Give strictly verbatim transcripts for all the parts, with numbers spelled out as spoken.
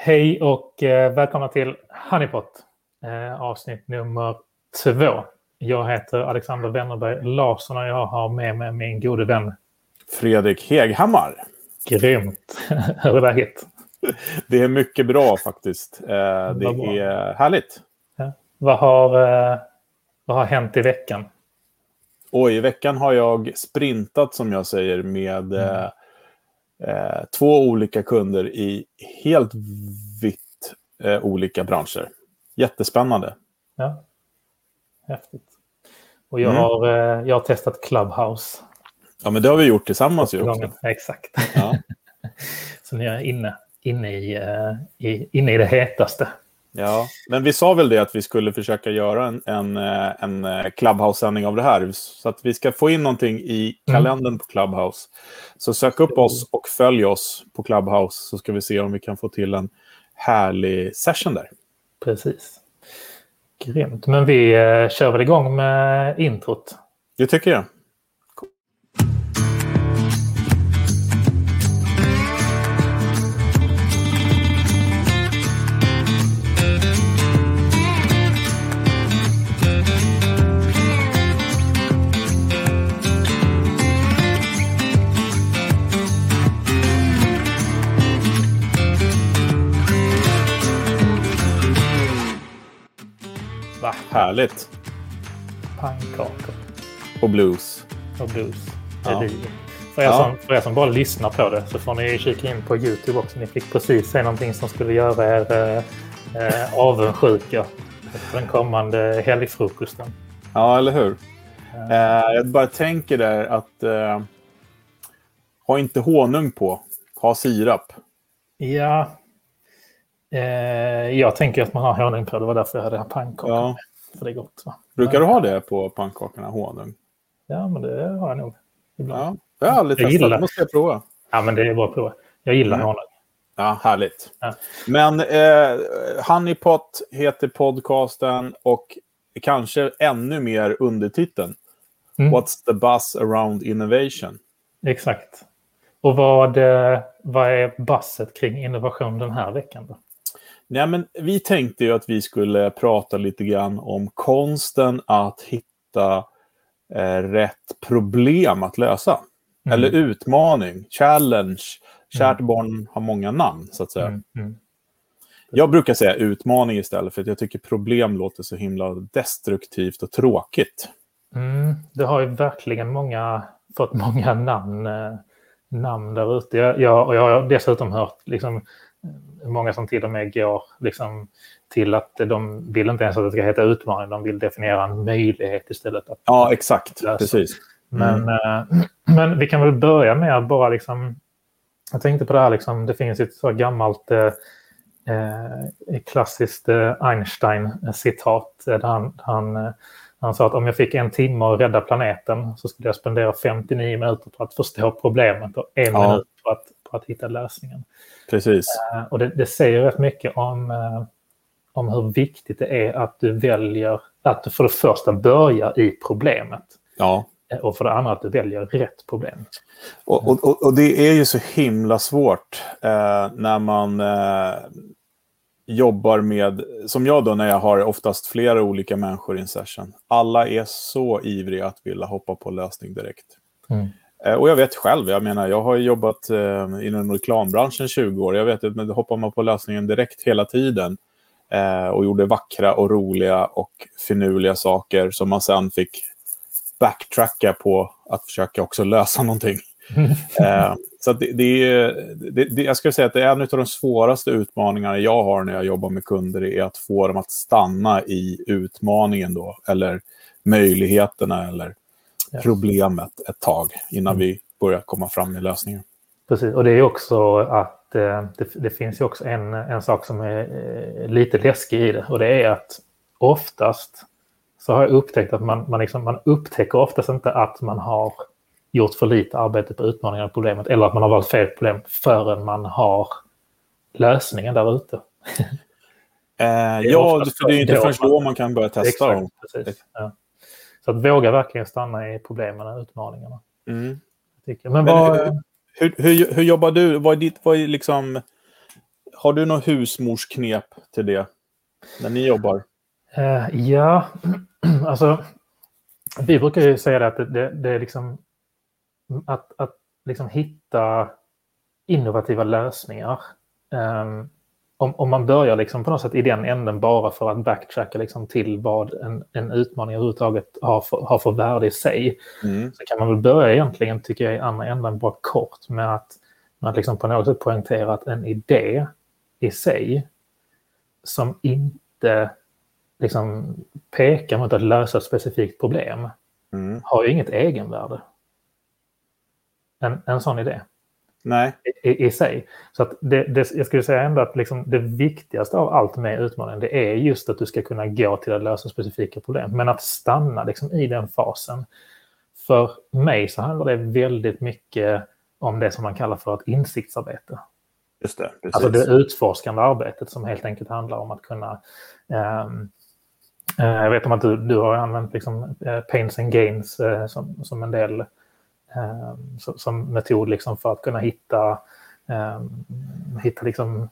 Hej och eh, välkomna till Honeypot, eh, avsnitt nummer två. Jag heter Alexander Wennerberg Larsson och jag har med mig min gode vän Fredrik Heghammar. Grymt. Hur är läget? Det är mycket bra faktiskt. Eh, det bra. är härligt. Ja. Vad, har, eh, vad har hänt i veckan? Oj, i veckan har jag sprintat som jag säger med mm. eh, två olika kunder i helt vitt eh, olika branscher. Jättespännande. Ja, häftigt. Och jag, mm. har, eh, jag har testat Clubhouse. Ja, men det har vi gjort tillsammans ju också. Exakt. Ja. Så ni är inne, inne, i, uh, i, inne i det hetaste. Ja, men vi sa väl det att vi skulle försöka göra en, en, en Clubhouse-sändning av det här. Så att vi ska få in någonting i kalendern mm. på Clubhouse. Så sök upp oss och följ oss på Clubhouse så ska vi se om vi kan få till en härlig session där. Precis. Grymt. Men vi uh, kör väl igång med introt. Det tycker jag. Va? Härligt. Pannkakor. Och blues. Och blues. Det är ja. vi. För er, ja. som, för er som bara lyssnar på det så får ni kika in på YouTube också. Ni fick precis se någonting som skulle göra er eh, avundsjuka för den kommande helgfrukosten. Ja, eller hur? Mm. Eh, jag bara tänker där att eh, ha inte honung på. Ha sirap. Ja. Eh, jag tänker att man har honung på. Det var därför jag hade pannkakor. Ja. För det är gott, va? Brukar du ha det på pannkakorna, honung? Ja, men det har jag nog. Ibland. Ja, jag har aldrig testat. Det måste jag prova. Ja, men det är bara att prova. Jag gillar mm. honung. Ja, härligt. Ja. Men eh, Honeypot heter podcasten och kanske ännu mer undertiteln. Mm. What's the buzz around innovation? Exakt. Och vad, vad är buzzet kring innovation den här veckan då? Nej, men vi tänkte ju att vi skulle prata lite grann om konsten att hitta eh, rätt problem att lösa. Mm. Eller utmaning, challenge. Kärt mm. barn har många namn, så att säga. Mm. Mm. Jag brukar säga utmaning istället för att jag tycker problem låter så himla destruktivt och tråkigt. Mm. Det har ju verkligen många, fått många namn, eh, namn där ute. Jag, jag, och jag har dessutom hört liksom, många som till och med går liksom, till att de vill inte ens att det ska heta utmaning. De vill definiera en möjlighet istället. Att ja, exakt. Lösa. Precis. Mm. Men, äh, men vi kan väl börja med att bara liksom... Jag tänkte på det här, liksom, det finns ett så gammalt äh, klassiskt äh, Einstein-citat. Där han, han, han sa att om jag fick en timme att rädda planeten så skulle jag spendera femtionio minuter på att förstå problemet och en ja. minut på att, på att hitta lösningen. Precis. Uh, och det, det säger rätt mycket om, uh, om hur viktigt det är att du väljer, att du för det första börjar i problemet. Ja. Uh, och för det andra att du väljer rätt problem. Och, och, och det är ju så himla svårt uh, när man uh, jobbar med, som jag då när jag har oftast flera olika människor i en session. Alla är så ivriga att vilja hoppa på lösning direkt. Mm. Och jag vet själv, jag menar, jag har jobbat eh, inom reklambranschen tjugo år. Jag vet att då hoppar man på lösningen direkt hela tiden. Eh, och gjorde vackra och roliga och finurliga saker som man sen fick backtracka på att försöka också lösa någonting. Mm. eh, så att det, det, det, det, jag skulle säga att det är en av de svåraste utmaningarna jag har när jag jobbar med kunder är att få dem att stanna i utmaningen då. Eller möjligheterna eller problemet ett tag innan mm. vi börjar komma fram med lösningen. Precis, och det är också att eh, det, det finns ju också en, en sak som är eh, lite läskig i det, och det är att oftast så har jag upptäckt att man, man, liksom, man upptäcker oftast inte att man har gjort för lite arbete på utmaningen av problemet eller att man har valt fel problem förrän man har lösningen där ute. eh, ja, för det är inte först då man kan börja testa exakt, dem. Precis, ja. Så att våga verkligen stanna i problemen och utmaningarna. Mm. Men, Men vad... hur, hur, hur, hur jobbar du? Vad är ditt, vad är liksom, har du någon husmorsknep till det när ni jobbar? Uh, ja, alltså vi brukar ju säga att det, det, det är liksom att, att liksom hitta innovativa lösningar. Um, om, om man börjar liksom på något sätt i den änden bara för att backtracka liksom till vad en, en utmaning överhuvudtaget har för, har för värde i sig, mm. så kan man väl börja egentligen, tycker jag, i andra änden bara kort med att man liksom på något sätt poängterar att en idé i sig som inte liksom pekar mot att lösa ett specifikt problem mm. har ju inget egenvärde. En, en sån idé. Nej. I, i sig. Så att det, det, jag skulle säga ändå att liksom det viktigaste av allt med utmaningen, det är just att du ska kunna gå till att lösa specifika problem. Men att stanna liksom i den fasen. För mig så handlar det väldigt mycket om det som man kallar för ett insiktsarbete. Just det, precis. Alltså det utforskande arbetet som helt enkelt handlar om att kunna... Um, uh, jag vet om att du, du har använt liksom, uh, pains and gains uh, som, som en del... Um, som, som metod liksom för att kunna hitta, um, hitta liksom,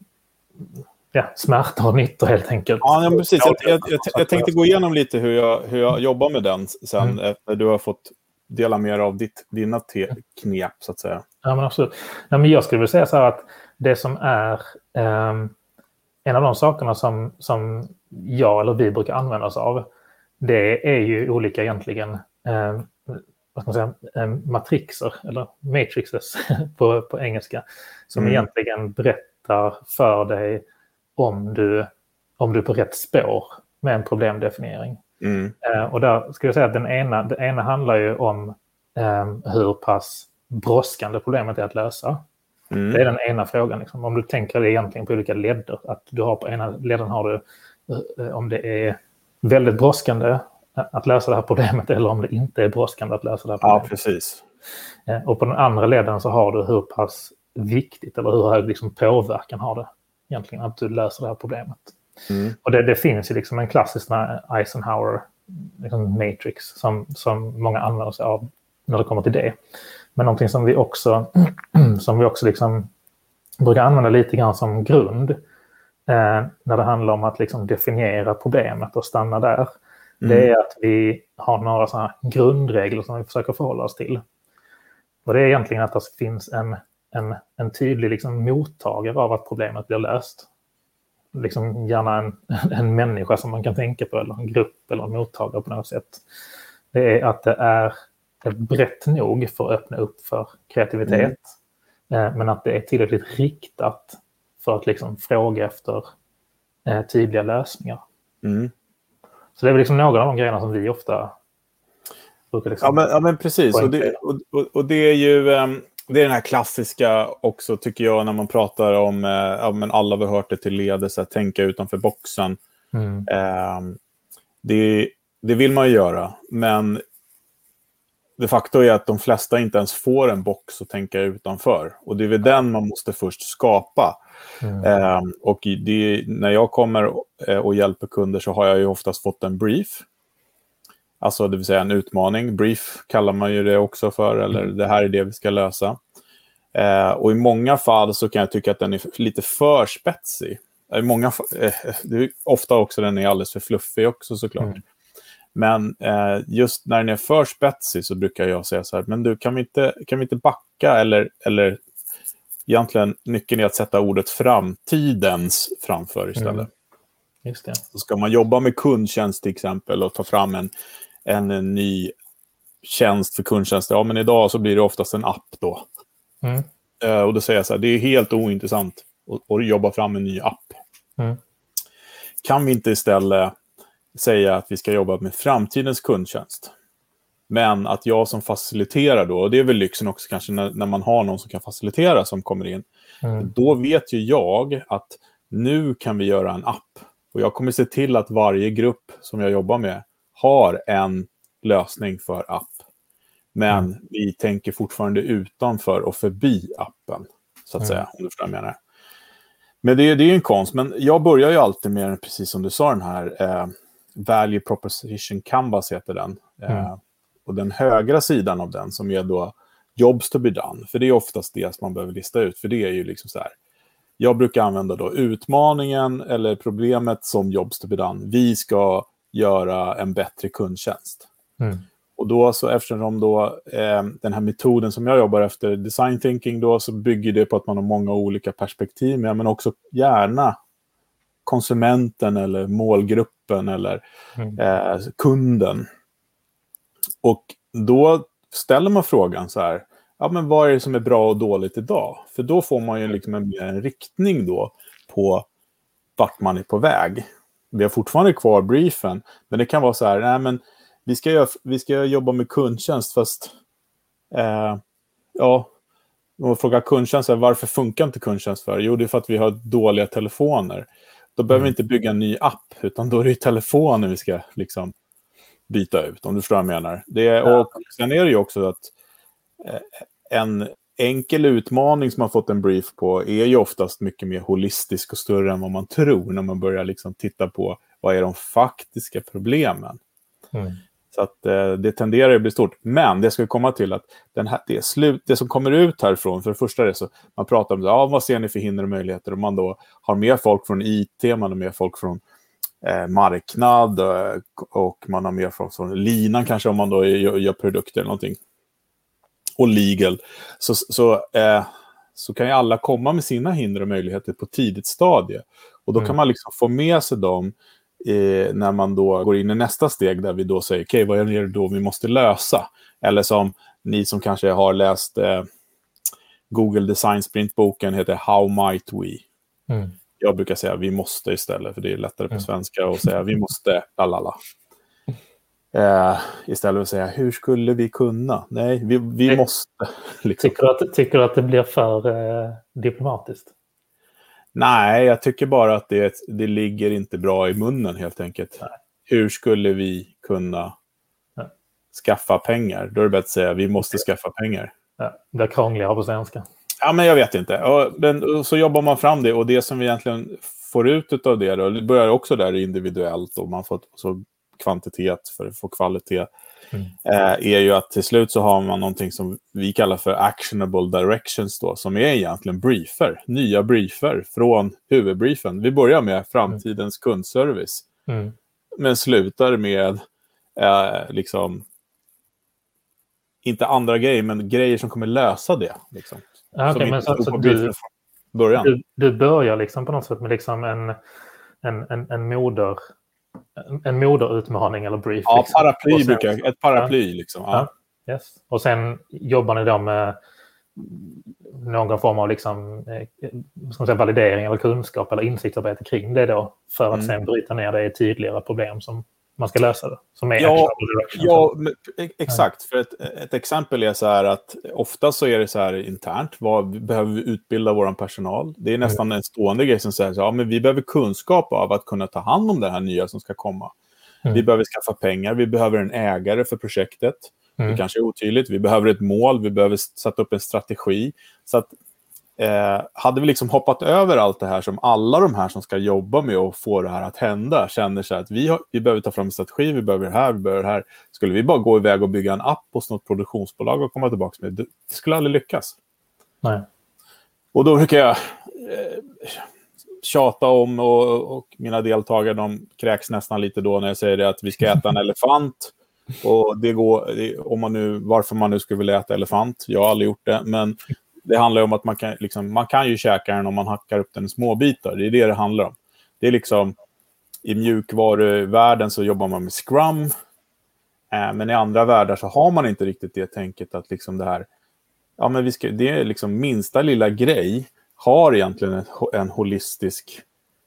ja, smärta och nytta helt enkelt. Ja, ja precis. Jag, jag, jag, jag tänkte gå igenom lite hur jag, hur jag jobbar med den sen mm. efter du har fått dela mer av ditt, dina te- knep så att säga. Ja, men absolut. Ja, men jag skulle vilja säga så här att det som är um, en av de sakerna som, som jag eller vi brukar använda oss av, det är ju olika egentligen um, vad ska man säga, matrixer eller matrices på, på engelska som mm. egentligen berättar för dig om du, om du är på rätt spår med en problemdefiniering. Mm. Eh, och där ska jag säga att den ena, den ena handlar ju om eh, hur pass brådskande problemet är att lösa. Mm. Det är den ena frågan. Liksom. Om du tänker det egentligen på olika ledder, att du har på ena ledden har du eh, om det är väldigt brådskande att lösa det här problemet eller om det inte är brådskande att lösa det här problemet. Ja, precis. Och på den andra leden så har du hur pass viktigt eller hur hög liksom påverkan har det egentligen att du löser det här problemet. Mm. Och det, det finns ju liksom en klassisk Eisenhower liksom matrix som, som många använder sig av när det kommer till det. Men någonting som vi också, som vi också liksom brukar använda lite grann som grund eh, när det handlar om att liksom definiera problemet och stanna där. Mm. Det är att vi har några sådana grundregler som vi försöker förhålla oss till. Och det är egentligen att det finns en, en, en tydlig liksom mottagare av att problemet blir löst. Liksom gärna en, en människa som man kan tänka på eller en grupp eller en mottagare på något sätt. Det är att det är brett nog för att öppna upp för kreativitet. Mm. Men att det är tillräckligt riktat för att liksom fråga efter eh, tydliga lösningar. Mm. Så det är väl liksom några av de grejerna som vi ofta brukar liksom... Ja, men, ja, men precis. Och det, och, och, och det är ju um, det är den här klassiska också, tycker jag, när man pratar om uh, ja, men alla har hört det till ledes, att tänka utanför boxen. Mm. Um, det, det vill man ju göra, men de facto är att de flesta inte ens får en box att tänka utanför. Och det är väl den man måste först skapa. Mm. Um, och det, när jag kommer och hjälper kunder så har jag ju oftast fått en brief. Alltså det vill säga en utmaning. Brief kallar man ju det också för. Eller mm. det här är det vi ska lösa. Uh, och i många fall så kan jag tycka att den är lite för spetsig. I många fall, uh, det är ofta också den är alldeles för fluffig också såklart. Mm. Men eh, just när den är för spetsig så brukar jag säga så här, men du, kan vi inte, kan vi inte backa eller, eller egentligen nyckeln är att sätta ordet framtidens framför istället. Mm. Just det. Så ska man jobba med kundtjänst till exempel och ta fram en, en, en ny tjänst för kundtjänst, ja men idag så blir det oftast en app då. Mm. Eh, och då säger jag så här, det är helt ointressant att, att jobba fram en ny app. Mm. Kan vi inte istället säga att vi ska jobba med framtidens kundtjänst. Men att jag som faciliterar då, och det är väl lyxen också kanske när, när man har någon som kan facilitera som kommer in. Mm. Då vet ju jag att nu kan vi göra en app. Och jag kommer se till att varje grupp som jag jobbar med har en lösning för app. Men mm. vi tänker fortfarande utanför och förbi appen. Så att mm. säga, om du förstår vad jag menar. Men det, det är ju en konst. Men jag börjar ju alltid med, precis som du sa, den här... Eh, Value Proposition Canvas heter den. Mm. Eh, och den högra sidan av den som är då Jobs to be done. För det är oftast det som man behöver lista ut. För det är ju liksom så här. Jag brukar använda då utmaningen eller problemet som jobs to be done. Vi ska göra en bättre kundtjänst. Mm. Och då så eftersom då eh, den här metoden som jag jobbar efter, design thinking då, så bygger det på att man har många olika perspektiv med, men också gärna konsumenten eller målgruppen eller Mm. eh, kunden. Och då ställer man frågan så här, ja men vad är det som är bra och dåligt idag? För då får man ju liksom en, en riktning då på vart man är på väg. Vi har fortfarande kvar briefen, men det kan vara så här, nej men vi ska, göra, vi ska jobba med kundtjänst, fast eh, ja, om man frågar kundtjänst, varför funkar inte kundtjänst för? Jo, det är för att vi har dåliga telefoner. Då behöver mm. vi inte bygga en ny app, utan då är det ju telefonen vi ska liksom byta ut, om du förstår vad jag menar. Det är, och sen är det ju också att eh, en enkel utmaning som man fått en brief på är ju oftast mycket mer holistisk och större än vad man tror när man börjar liksom titta på vad är de faktiska problemen. Mm. Så att eh, det tenderar att bli stort. Men det ska komma till att den här, det, slut, det som kommer ut härifrån, för det första är det så, man pratar om ja, vad ser ni för hinder och möjligheter, och man då har med folk från I T, man har med folk från eh, marknad eh, och man har med folk från linan kanske, om man då gör, gör produkter eller någonting. Och legal. Så, så, eh, så kan ju alla komma med sina hinder och möjligheter på tidigt stadie. Och då mm. kan man liksom få med sig dem Eh, när man då går in i nästa steg, där vi då säger okej, okay, vad är det då vi måste lösa? Eller som ni som kanske har läst eh, Google Design Sprint-boken heter How Might We? Mm. Jag brukar säga vi måste istället, för det är lättare på mm. svenska att säga vi måste, lalala. Eh, istället för att säga hur skulle vi kunna? Nej, vi, vi jag, måste. Liksom. Tycker, du att, tycker du att det blir för eh, diplomatiskt? Nej, jag tycker bara att det, det ligger inte bra i munnen helt enkelt. Nej. Hur skulle vi kunna Nej. skaffa pengar? Då är det bättre att säga vi måste skaffa pengar. Ja, det är krångligare på svenska. Ja, men jag vet inte. Och, men, och så jobbar man fram det, och det som vi egentligen får ut av det, då, det börjar också där individuellt, och man får så kvantitet för att få kvalitet. Mm. Eh, är ju att till slut så har man någonting som vi kallar för actionable directions då, som är egentligen briefer, nya briefer från huvudbriefen. Vi börjar med framtidens mm. kundservice, mm. men slutar med eh, liksom inte andra grejer, men grejer som kommer lösa det liksom. Ja, okay, men så, så du, början. Du, du börjar liksom på något sätt med liksom en, en, en, en moder en moderutmaning eller brief. Ja, liksom. paraply sen, brukar, ett paraply ja, liksom. Ja. Ja, yes. Och sen jobbar ni då med någon form av liksom, eh, ska man säga, validering eller kunskap eller insiktsarbete kring det då, för att mm. sen bryta ner det i tydligare problem som man ska lösa det. Som är ja, ja exakt. För ett, ett exempel är så här att ofta så är det så här internt, vad behöver vi utbilda vår personal? Det är nästan mm. en stående grej som säger så, ja, men vi behöver kunskap av att kunna ta hand om det här nya som ska komma. Mm. Vi behöver skaffa pengar, vi behöver en ägare för projektet. Mm. Det kanske är otydligt, vi behöver ett mål, vi behöver sätta upp en strategi. Så att Eh, hade vi liksom hoppat över allt det här som alla de här som ska jobba med och få det här att hända känner sig att vi, har, vi behöver ta fram en strategi, vi behöver det här, vi behöver det här. Skulle vi bara gå iväg och bygga en app hos något produktionsbolag och komma tillbaka med det, det skulle aldrig lyckas. Nej. Och då brukar jag eh, tjata om, och, och mina deltagare de kräks nästan lite då när jag säger det, att vi ska äta en elefant. Och det går, det, om man nu, varför man nu skulle vilja äta elefant, jag har aldrig gjort det, men det handlar om att man kan, liksom, man kan ju käka den om man hackar upp den i små bitar. Det är det det handlar om. Det är liksom, i mjukvaruvärlden så jobbar man med Scrum. Eh, men i andra världar så har man inte riktigt det tänket att liksom det här, ja men vi ska, det är liksom minsta lilla grej har egentligen en, en holistisk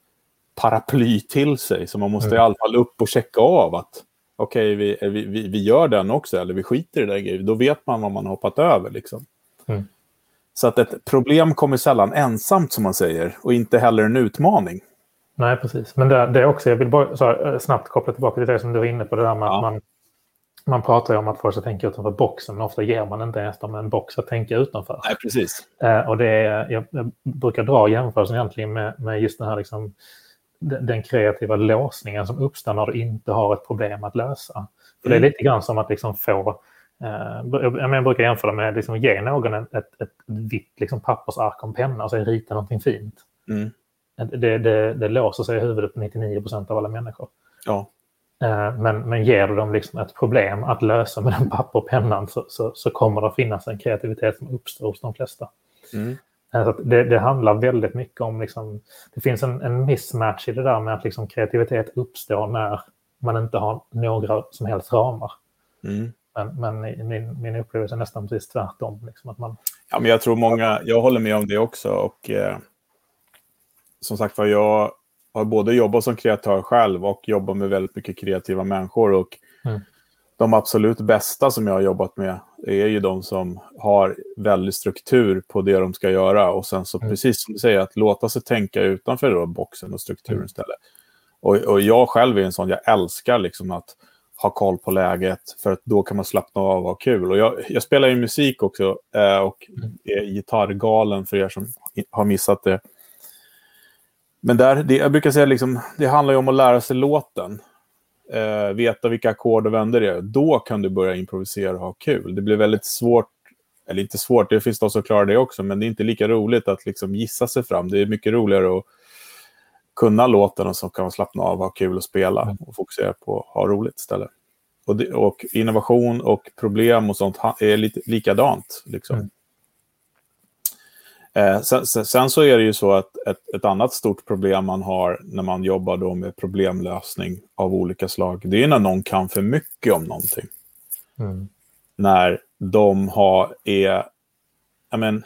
paraply till sig. Så man måste mm. i alla fall upp och checka av att okej, okay, vi, vi, vi, vi gör den också, eller vi skiter i det där grejen. Då vet man vad man har hoppat över liksom. Mm. Så att ett problem kommer sällan ensamt, som man säger, och inte heller en utmaning. Nej, precis. Men det, det är också, jag vill bara så här, snabbt koppla tillbaka till det som du var inne på, det där med ja. att man, man pratar ju om att folk ska tänka utanför boxen, men ofta ger man inte ens dem en box att tänka utanför. Nej, precis. Eh, och det är, jag, jag brukar dra jämförelsen egentligen med, med just den här liksom, den, den kreativa låsningen som uppstår när du inte har ett problem att lösa. För mm. det är lite grann som att liksom få Uh, jag, jag brukar jämföra med att liksom, ge någon ett, ett, ett vitt liksom, pappersark och penna och så rita någonting fint. Mm. Det, det, det låser sig i huvudet på nittionio procent av alla människor. Ja. Men, men ger du dem liksom ett problem att lösa med den papper och pennan så, så, så kommer det att finnas en kreativitet som uppstår hos de flesta. Mm. Så det, det handlar väldigt mycket om, liksom, det finns en, en mismatch i det där med att liksom kreativitet uppstår när man inte har några som helst ramar. Mm. Men, men min, min upplevelse är nästan precis tvärtom. Liksom, att man... Ja, men jag tror många, jag håller med om det också. Och eh, som sagt var, jag har både jobbat som kreatör själv och jobbat med väldigt mycket kreativa människor. Och mm. de absolut bästa som jag har jobbat med är ju de som har väldigt struktur på det de ska göra. Och sen så, mm. precis som du säger, att låta sig tänka utanför då, boxen och strukturen mm. istället. Och, och jag själv är en sån, jag älskar liksom att ha koll på läget, för att då kan man slappna av och ha kul. Och jag, jag spelar ju musik också eh, och är gitarrgalen för er som har missat det. Men där, det, jag brukar säga liksom, det handlar ju om att lära sig låten. Eh, veta vilka ackord och vänder det är. Då kan du börja improvisera och ha kul. Det blir väldigt svårt, eller inte svårt, det finns de som klarar det också, men det är inte lika roligt att liksom gissa sig fram. Det är mycket roligare att kunna låten och så kan man slappna av, ha kul och spela och fokusera på att ha roligt istället. Och, det, och innovation och problem och sånt är lite likadant. Liksom. Mm. Eh, sen, sen, sen så är det ju så att ett, ett annat stort problem man har när man jobbar då med problemlösning av olika slag, det är när någon kan för mycket om någonting. Mm. När de har, är, jag men,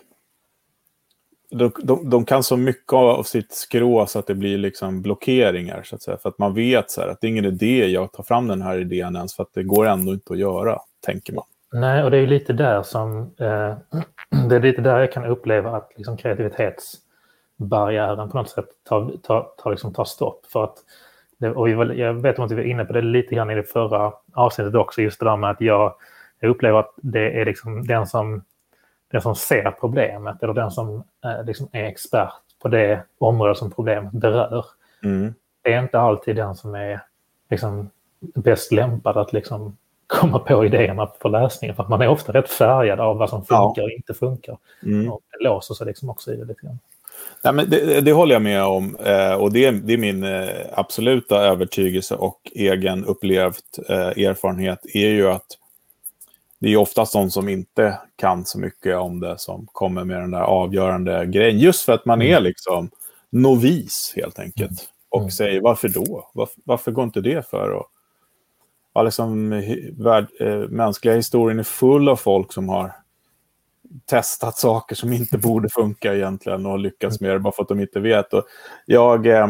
de, de, de kan så mycket av sitt skrå så att det blir liksom blockeringar, så att säga. För att man vet så här, att det är ingen idé jag tar fram den här idén ens, för att det går ändå inte att göra, tänker man. Nej, och det är ju lite där som eh, det är lite där jag kan uppleva att liksom kreativitetsbarriären på något sätt tar, tar, tar, liksom tar stopp. För att det, och vi, jag vet inte om att vi var inne på det lite grann i det förra avsnittet också, just det där med att jag, jag upplever att det är liksom den som den som ser problemet, eller den som eh, liksom är expert på det område som problemet berör. Mm. Det är inte alltid den som är liksom bäst lämpad att liksom komma på idéerna för läsningen, för att man är ofta rätt färgad av vad som funkar ja. och inte funkar. Mm. Och det låser sig liksom också i det lite grann. Ja, men det, det håller jag med om, eh, och det, det är min eh, absoluta övertygelse och egen upplevt eh, erfarenhet är ju att det är oftast de som inte kan så mycket om det som kommer med den där avgörande grejen. Just för att man är liksom novis helt enkelt. Mm. Och mm. säger, varför då? Varför, varför går inte det för? Och, ja, liksom, värld, eh, mänskliga historien är full av folk som har testat saker som inte borde funka egentligen och lyckats med det bara för att de inte vet. Och jag... Eh,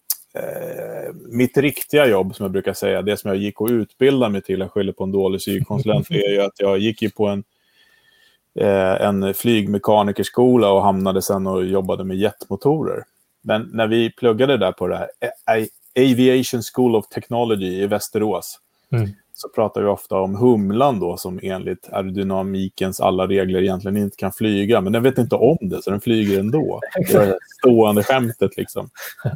Eh, mitt riktiga jobb, som jag brukar säga, det som jag gick och utbildade mig till, jag skyller på en dålig psykonsulent, är ju att jag gick ju på en, eh, en flygmekanikerskola och hamnade sen och jobbade med jetmotorer. Men när vi pluggade där på det här Aviation School of Technology i Västerås, mm. så pratar vi ofta om humlan då, som enligt aerodynamikens alla regler egentligen inte kan flyga, men den vet inte om det, så den flyger ändå. Det är stående skämtet liksom.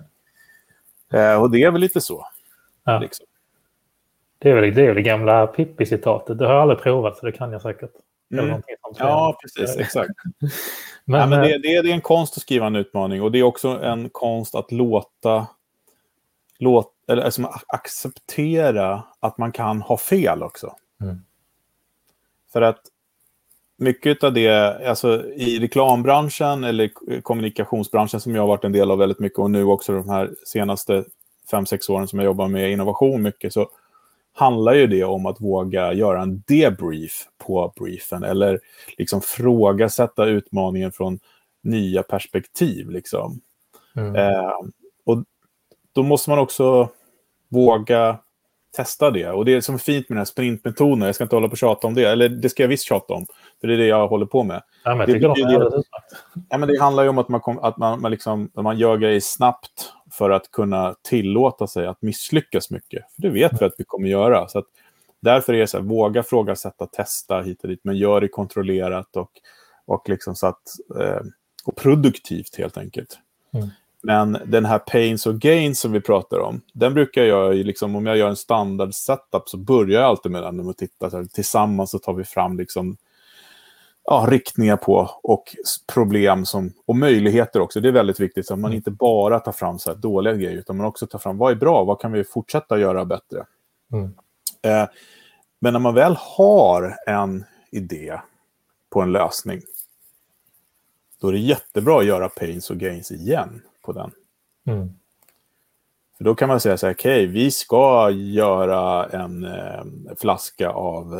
Eh, och det är väl lite så. Ja. Liksom. Det, är väl, det är väl det gamla Pippi-citatet. Det har jag aldrig provat, så det kan jag säkert. Mm. Ja, precis. Exakt. men, ja, men det, det, är, det är en konst att skriva en utmaning. Och det är också en konst att låta... låta eller alltså, acceptera att man kan ha fel också. Mm. För att mycket av det, alltså i reklambranschen eller kommunikationsbranschen som jag har varit en del av väldigt mycket, och nu också de här senaste fem sex åren som jag jobbar med innovation mycket, så handlar ju det om att våga göra en debrief på briefen, eller liksom frågasätta utmaningen från nya perspektiv liksom. Mm. Eh, och då måste man också våga testa det. Och det är som fint med den här sprintmetoden. Jag ska inte hålla på och tjata om det. Eller det ska jag visst tjata om. För det är det jag håller på med. Ja, men det, det, det, det, ja, men det handlar ju om att man, kom, att man, man, liksom, man gör grejer snabbt för att kunna tillåta sig att misslyckas mycket. För det vet vi att vi kommer göra. Så att därför är det så här, våga frågasätta, testa hit och dit. Men gör det kontrollerat och, och, liksom så att, eh, och produktivt helt enkelt. Mm. Men den här pains och gains som vi pratar om, den brukar jag ju liksom, om jag gör en standard setup så börjar jag alltid med den och tittar så här, tillsammans så tar vi fram liksom ja, riktningar på och problem som, och möjligheter också. Det är väldigt viktigt så att man inte bara tar fram så här dåliga grejer, utan man också tar fram vad är bra, vad kan vi fortsätta göra bättre. Mm. Eh, men när man väl har en idé på en lösning, då är det jättebra att göra pains och gains igen på den. Mm. För då kan man säga så här, okej, okay, vi ska göra en eh, flaska av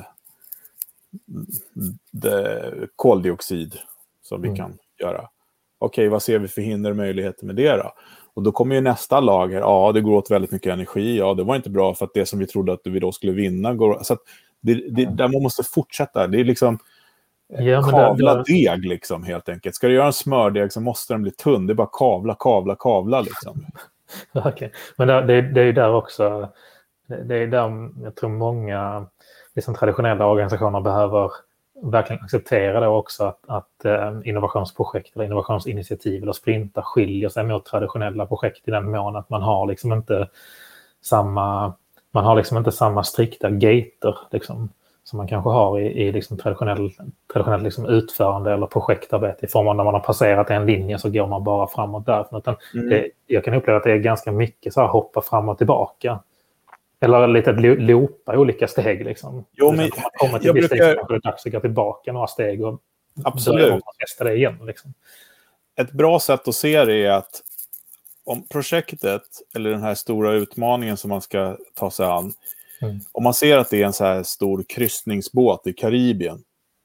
de, koldioxid som vi mm. kan göra. Okej, okay, vad ser vi för hinder och möjligheter med det då? Och då kommer ju nästa lager, ja det går åt väldigt mycket energi, ja det var inte bra för att det som vi trodde att vi då skulle vinna går, så att det, det, mm. där man måste fortsätta, det är liksom ja, kavla det, det... deg liksom helt enkelt. Ska du göra en smördeg så måste den bli tunn, det är bara kavla, kavla, kavla liksom. Okej, okay. Men det, det, det är ju där också, det, det är där jag tror många liksom, traditionella organisationer behöver verkligen acceptera det också, att, att eh, innovationsprojekt eller innovationsinitiativ eller sprintar skiljer sig mot traditionella projekt i den mån att man har liksom inte samma, man har liksom inte samma strikta gater liksom, som man kanske har i, i liksom traditionell, traditionell liksom utförande eller projektarbete i form av när man har passerat en linje så går man bara framåt därifrån. Utan mm. det, jag kan uppleva att det är ganska mycket så här hoppa fram och tillbaka. Eller lite loopa olika steg liksom. Jo, men man kommer till brukar... steg så är det dags att gå tillbaka några steg och absolut testa det igen. Liksom. Ett bra sätt att se det är att om projektet eller den här stora utmaningen som man ska ta sig an, mm. om man ser att det är en så här stor kryssningsbåt i Karibien,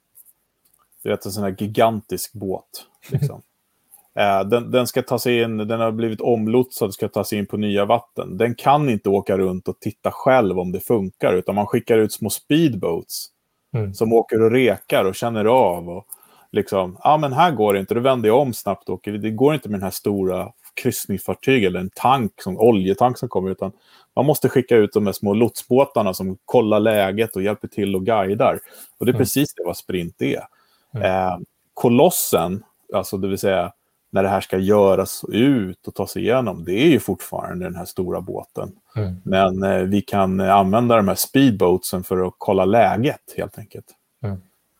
du vet en sån här gigantisk båt liksom. Eh, den, den ska ta sig in, den har blivit omlotsad, ska ta sig in på nya vatten. Den kan inte åka runt och titta själv om det funkar, utan man skickar ut små speedboats mm. som åker och rekar och känner av och liksom, ja ah, men här går det inte, då vänder jag om snabbt och åker. Det går inte med den här stora kryssningsfartyg eller en tank, som oljetank som kommer, utan man måste skicka ut de här små lotsbåtarna som kollar läget och hjälper till och guidar. Och det är mm. precis det vad sprint är. Mm. Eh, kolossen, alltså det vill säga när det här ska göras ut och ta sig igenom, det är ju fortfarande den här stora båten. Mm. Men eh, vi kan eh, använda de här speedboatsen för att kolla läget helt enkelt. Mm.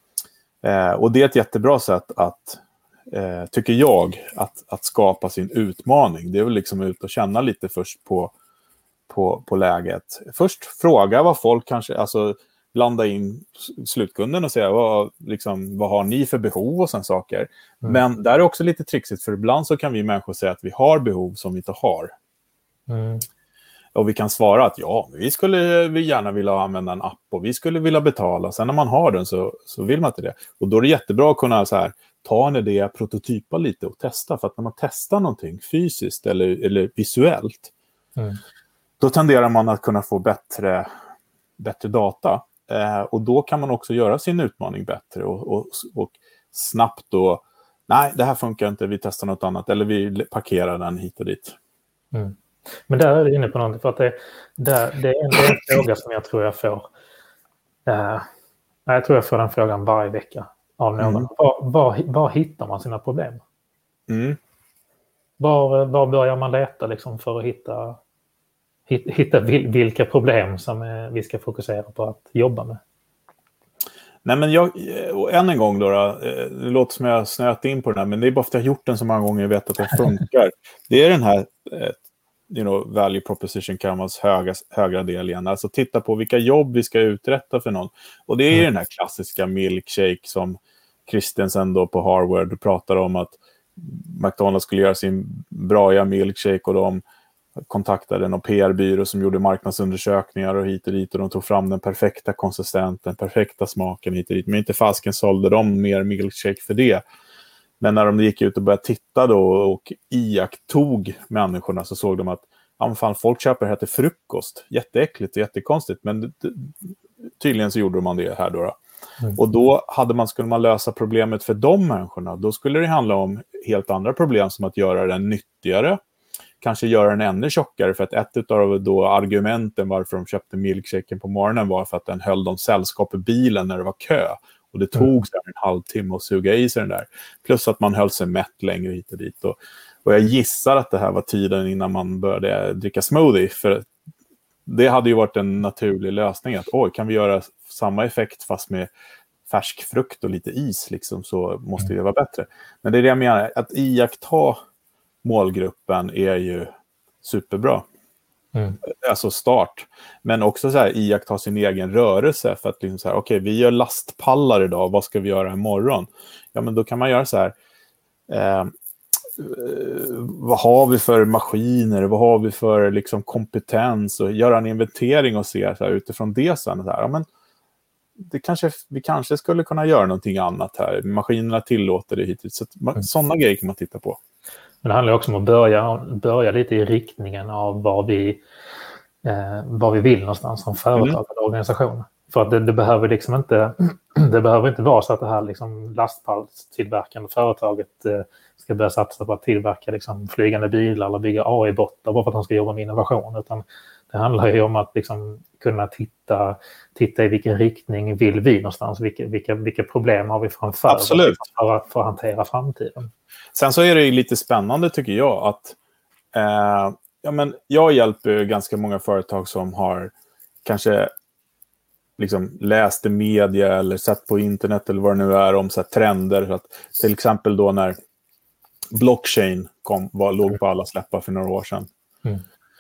Eh, och det är ett jättebra sätt att, eh, tycker jag, att, att skapa sin utmaning. Det är väl liksom ut och känna lite först på, på, på läget. Först fråga vad folk kanske, alltså blanda in slutkunden och säga vad, liksom, vad har ni för behov och sådana saker. Mm. Men där är också lite trixigt, för ibland så kan vi människor säga att vi har behov som vi inte har. Mm. Och vi kan svara att ja, vi skulle vi gärna vilja använda en app och vi skulle vilja betala. Sen när man har den så, så vill man inte det. Och då är det jättebra att kunna så här, ta en idé, prototypa lite och testa. För att när man testar någonting fysiskt eller, eller visuellt, mm. då tenderar man att kunna få bättre, bättre data. Eh, och då kan man också göra sin utmaning bättre och, och, och snabbt då, nej det här funkar inte, vi testar något annat eller vi parkerar den hit och dit. Mm. Men där är du inne på någonting, för att det, där, det, är en, det är en fråga som jag tror jag får eh, jag tror jag får den frågan varje vecka av någon. Mm. Var, var, var hittar man sina problem? Mm. Var, var börjar man leta liksom för att hitta hitta vilka problem som vi ska fokusera på att jobba med? Nej, men jag, än en gång då, då, det låter som jag snöat in på den här, men det är bara för att jag har gjort den så många gånger jag vet att det funkar. Det är den här you know, value proposition Canvas höga, högra del igen. Alltså titta på vilka jobb vi ska uträtta för någon. Och det är mm. den här klassiska milkshake som Christensen då på Harvard pratar om, att McDonald's skulle göra sin braiga milkshake och de kontaktade en P R-byrå som gjorde marknadsundersökningar och hit och dit, och de tog fram den perfekta konsistenten, den perfekta smaken hit och dit, men inte fasken sålde de mer milkshake för det. Men när de gick ut och började titta då och iakttog människorna, så såg de att ja, fan, folk köper det här till frukost, jätteäckligt och jättekonstigt, men tydligen så gjorde man det här då, då. Mm. Och då hade man, skulle man lösa problemet för de människorna, då skulle det handla om helt andra problem, som att göra den nyttigare, kanske göra den ännu tjockare, för att ett av då argumenten varför de köpte milkshaken på morgonen var för att den höll dem sällskap i bilen när det var kö. Och det tog mm. en halvtimme att suga i sig den där. Plus att man höll sig mätt längre hit och dit. Och, och jag gissar att det här var tiden innan man började dricka smoothie. För det hade ju varit en naturlig lösning. Att oj, kan vi göra samma effekt fast med färsk frukt och lite is liksom, så måste det vara bättre. Men det är det jag menar, att iaktta målgruppen är ju superbra. Mm. Alltså start. Men också så här, iaktta sin egen rörelse, för att liksom så här, okej, okay, vi gör lastpallar idag, vad ska vi göra imorgon? Ja, men då kan man göra så här, eh, vad har vi för maskiner, vad har vi för liksom kompetens, och göra en inventering och se så här, utifrån det sen så här, ja, men det kanske, vi kanske skulle kunna göra någonting annat här, maskinerna tillåter det hittills, så man, mm. sådana grejer kan man titta på. Men det handlar också om att börja, börja lite i riktningen av vad vi, eh, vad vi vill någonstans som företag eller organisation. För att det, det behöver liksom inte det behöver inte vara så att det här liksom lastpallstillverkande företaget eh, ska börja satsa på att tillverka liksom flygande bilar eller bygga A I-bottar bara för att de ska jobba med innovation, utan det handlar ju om att liksom kunna titta, titta i vilken riktning vill vi någonstans, vilka, vilka, vilka problem har vi framför Absolut. För, att, för att hantera framtiden. Sen så är det ju lite spännande tycker jag att eh, ja, men jag hjälper ganska många företag som har kanske liksom läst i media eller sett på internet eller vad det nu är om så här trender. Så att, till exempel då när blockchain kom, var, låg på alla släppar för några år sedan. Mm.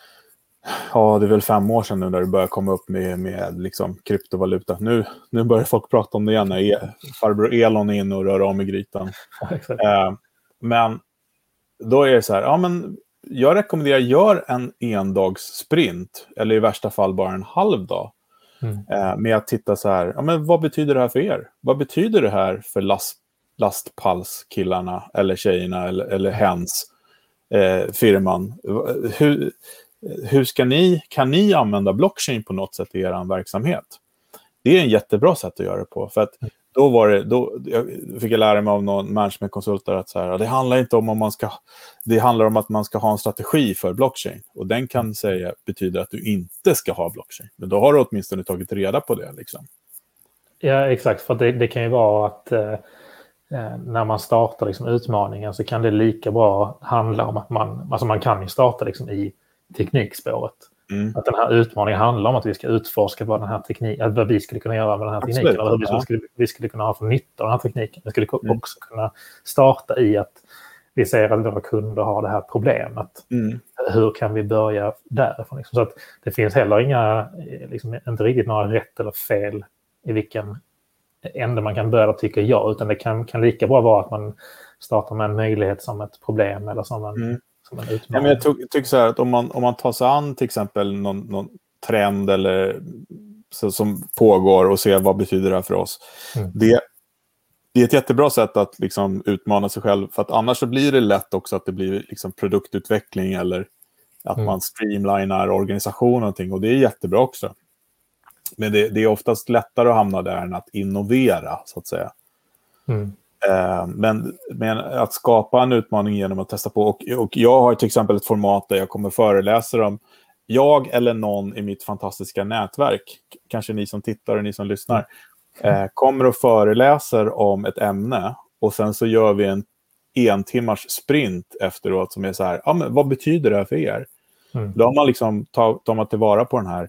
Ja, det är väl fem år sedan nu när det började komma upp med, med liksom kryptovaluta. Nu, nu börjar folk prata om det igen. E, farbror Elon är in och rör om i grytan. eh, men då är det så här, ja men jag rekommenderar, gör en endagssprint eller i värsta fall bara en halv dag. Mm. Eh, med att titta så här, ja men vad betyder det här för er? Vad betyder det här för last, lastpallskillarna eller tjejerna eller, eller hens eh, firman? Hur, hur ska ni, kan ni använda blockchain på något sätt i er verksamhet? Det är en jättebra sätt att göra det på, för att då var det, då jag fick jag lära mig av någon managementkonsulent att så här, det handlar inte om om man ska, det handlar om att man ska ha en strategi för blockchain, och den kan säga betyder att du inte ska ha blockchain, men då har du åtminstone tagit reda på det liksom. Ja, exakt, för det, det kan ju vara att eh, när man startar liksom utmaningen så kan det lika bra handla om att man, alltså man kan ju starta liksom i teknikspåret. Mm. Att den här utmaningen handlar om att vi ska utforska vad den här tekniken, vad vi skulle kunna göra med den här tekniken. Absolut, eller hur ja. vi, skulle, vi skulle kunna ha för nytta av den här tekniken. Vi skulle mm. också kunna starta i att vi ser att våra kunder har det här problemet. Mm. Hur kan vi börja därifrån? Liksom? Så att det finns heller inga, liksom, inte riktigt några rätt eller fel i vilken ände man kan börja, tycker jag. Utan det kan, kan lika bra vara att man startar med en möjlighet som ett problem eller som en mm. Ja, men jag ty- tycker så här att om man, om man tar sig an till exempel någon, någon trend eller så, som pågår och ser vad betyder det här för oss. Mm. Det, det är ett jättebra sätt att liksom utmana sig själv, för att annars så blir det lätt också att det blir liksom produktutveckling eller att mm. man streamlinar organisation och någonting, och det är jättebra också. Men det, det är oftast lättare att hamna där än att innovera så att säga. Mm. Men, men att skapa en utmaning genom att testa på, och, och jag har till exempel ett format där jag kommer föreläsa om, jag eller någon i mitt fantastiska nätverk, kanske ni som tittar och ni som lyssnar, mm. eh, kommer och föreläser om ett ämne, och sen så gör vi en en timmars sprint efteråt som är så här, ja, men vad betyder det här för er? Mm. Då har man liksom tar, tar man tillvara på den här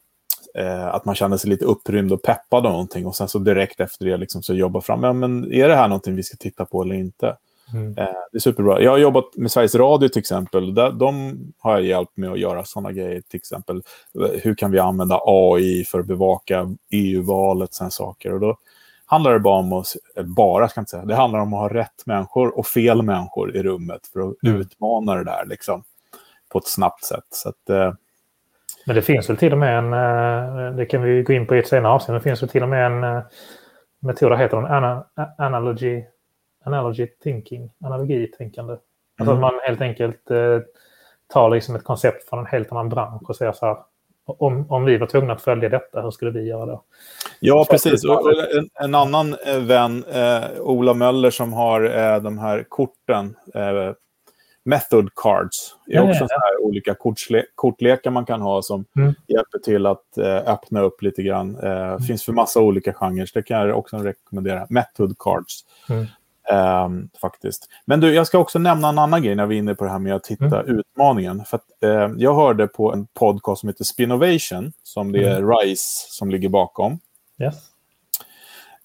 Eh, att man känner sig lite upprymd och peppad av någonting, och sen så direkt efter det liksom så jobbar fram, ja, men är det här någonting vi ska titta på eller inte? Mm. Eh, det är superbra. Jag har jobbat med Sveriges Radio till exempel, där, de har jag hjälpt med att göra sådana grejer, till exempel hur kan vi använda A I för att bevaka E U-valet, sådana saker, och då handlar det bara om att, bara ska jag inte säga, det handlar om att ha rätt människor och fel människor i rummet för att mm. utmana det där liksom på ett snabbt sätt. Så att eh, men det finns väl till och med en, det kan vi gå in på i ett senare avsnitt, men det finns väl till och med en metod, det heter en ana, analogy, analogy thinking, analogitänkande. Mm. Alltså att man helt enkelt eh, tar liksom ett koncept från en helt annan bransch och säger så här, om, om vi var tvungna att följa detta, hur skulle vi göra då? Ja, så precis. Och en, en annan eh, vän, eh, Ola Möller, som har eh, de här korten, eh, method cards. Det är också ja, ja, ja. Så här olika kortsle- kortlekar man kan ha som mm. hjälper till att eh, öppna upp lite grann. Eh, mm. Finns för massa olika genrer. Det kan jag också rekommendera. Method cards. Mm. Eh, faktiskt. Men du, jag ska också nämna en annan grej när vi är inne på det här med att hitta mm. utmaningen. För att, eh, jag hörde på en podcast som heter Spinnovation, som det är mm. RISE som ligger bakom. Yes.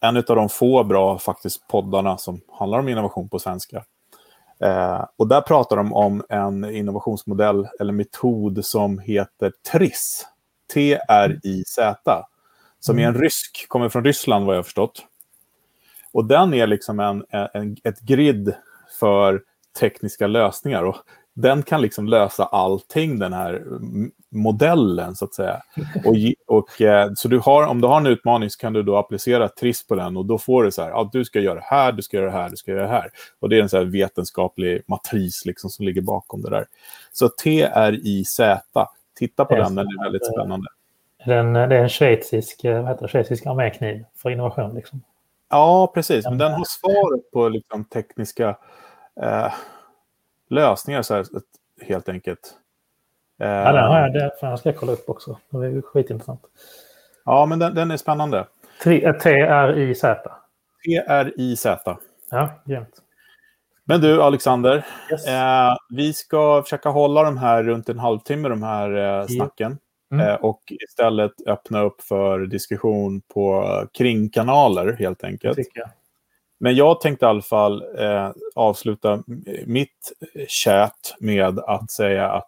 en av de få bra faktiskt poddarna som handlar om innovation på svenska. Eh, och där pratar de om en innovationsmodell eller metod som heter TRIZ. T R I Z. Som är en rysk, kommer från Ryssland vad jag har förstått. Och den är liksom en, en, ett grid för tekniska lösningar. Och den kan liksom lösa allting, den här modellen så att säga. Och, och, så du har, om du har en utmaning så kan du då applicera TRIZ på den. Och då får du så här, ja, du ska göra det här, du ska göra det här, du ska göra det här. Och det är en så här vetenskaplig matris liksom som ligger bakom det där. Så T R I Z, titta på den, den är väldigt spännande. Den, det är en schweizisk, vad heter det, schweizisk armékniv för innovation liksom. Ja, precis. Men den har svaret på liksom, tekniska eh, lösningar så här, helt enkelt. Eh, ja, den har jag. Det, för den ska jag kolla upp också. Det är skitintressant. Ja, men den, den är spännande. T R I Z. T R I Z. Ja, jämt. Men du, Alexander. Yes. Eh, vi ska försöka hålla de här runt en halvtimme, de här eh, snacken. Mm. Eh, och istället öppna upp för diskussion på kringkanaler, helt enkelt. Jag. Men jag tänkte i alla fall eh, avsluta mitt chat med att säga att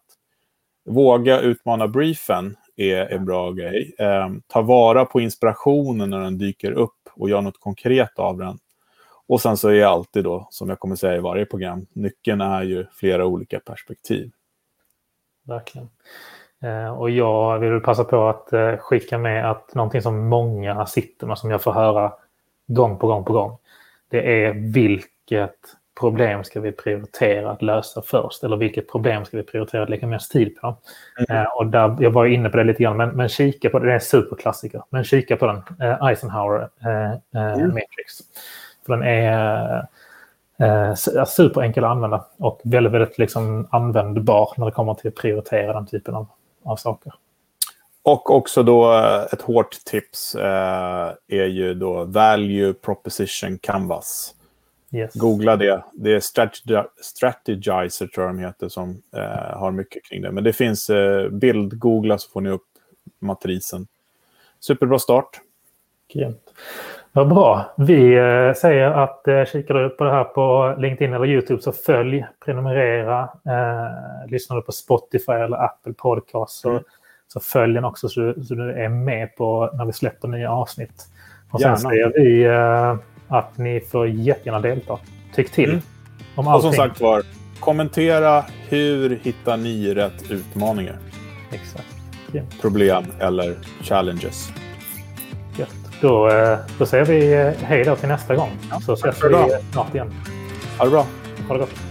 våga utmana briefen är en bra grej. Eh, ta vara på inspirationen när den dyker upp och gör något konkret av den. Och sen så är alltid då, som jag kommer säga i varje program, nyckeln är ju flera olika perspektiv. Verkligen. Eh, och jag vill passa på att eh, skicka med att någonting som många sitter med, som jag får höra gång på gång på gång, det är vilket problem ska vi prioritera att lösa först, eller vilket problem ska vi prioritera att lägga mest tid på. Mm. Eh, och där, jag var inne på det lite grann, men, men kika på det, det är en superklassiker, men kika på den, eh, Eisenhower eh, eh, mm. Matrix. För den är eh, superenkel att använda och väldigt, väldigt liksom användbar när det kommer till att prioritera den typen av, av saker. Och också då ett hårt tips eh, är ju då Value Proposition Canvas. Yes. Googla det. Det är Strategi- Strategizer tror jag de heter som eh, har mycket kring det. Men det finns eh, bild, googla så får ni upp matrisen. Superbra start. Grymt. Vad bra. Vi eh, säger att eh, kikar du på det här på LinkedIn eller YouTube så följ, prenumerera. Eh, lyssnar du på Spotify eller Apple Podcast så, mm. så följ den också så, så du är med på när vi släpper nya avsnitt. Och sen Gärna. säger vi eh, att ni får jättegärna delta. Tyck till mm. om allting. Och som sagt var, kommentera hur hittar ni rätt utmaningar? Exakt. Yeah. Problem eller challenges. Gött. Då, då säger vi hej då till nästa gång. Ja, så ses vi snart igen. Ha det bra. Ha det gott.